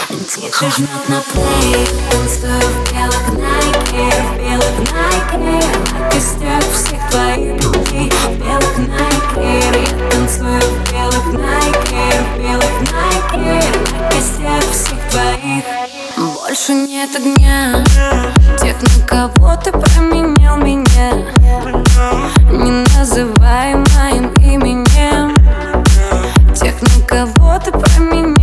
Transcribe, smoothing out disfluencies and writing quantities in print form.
Диджей жмет на плей, танцую в белых найке, в белых найке. На кистях всех твоих людей, в белых найке. Я танцую в белых найке, в белых найке. На кистях всех твоих. Больше нет огня, тех, на кого ты променял меня. Не называй моим именем тех, на кого ты променял.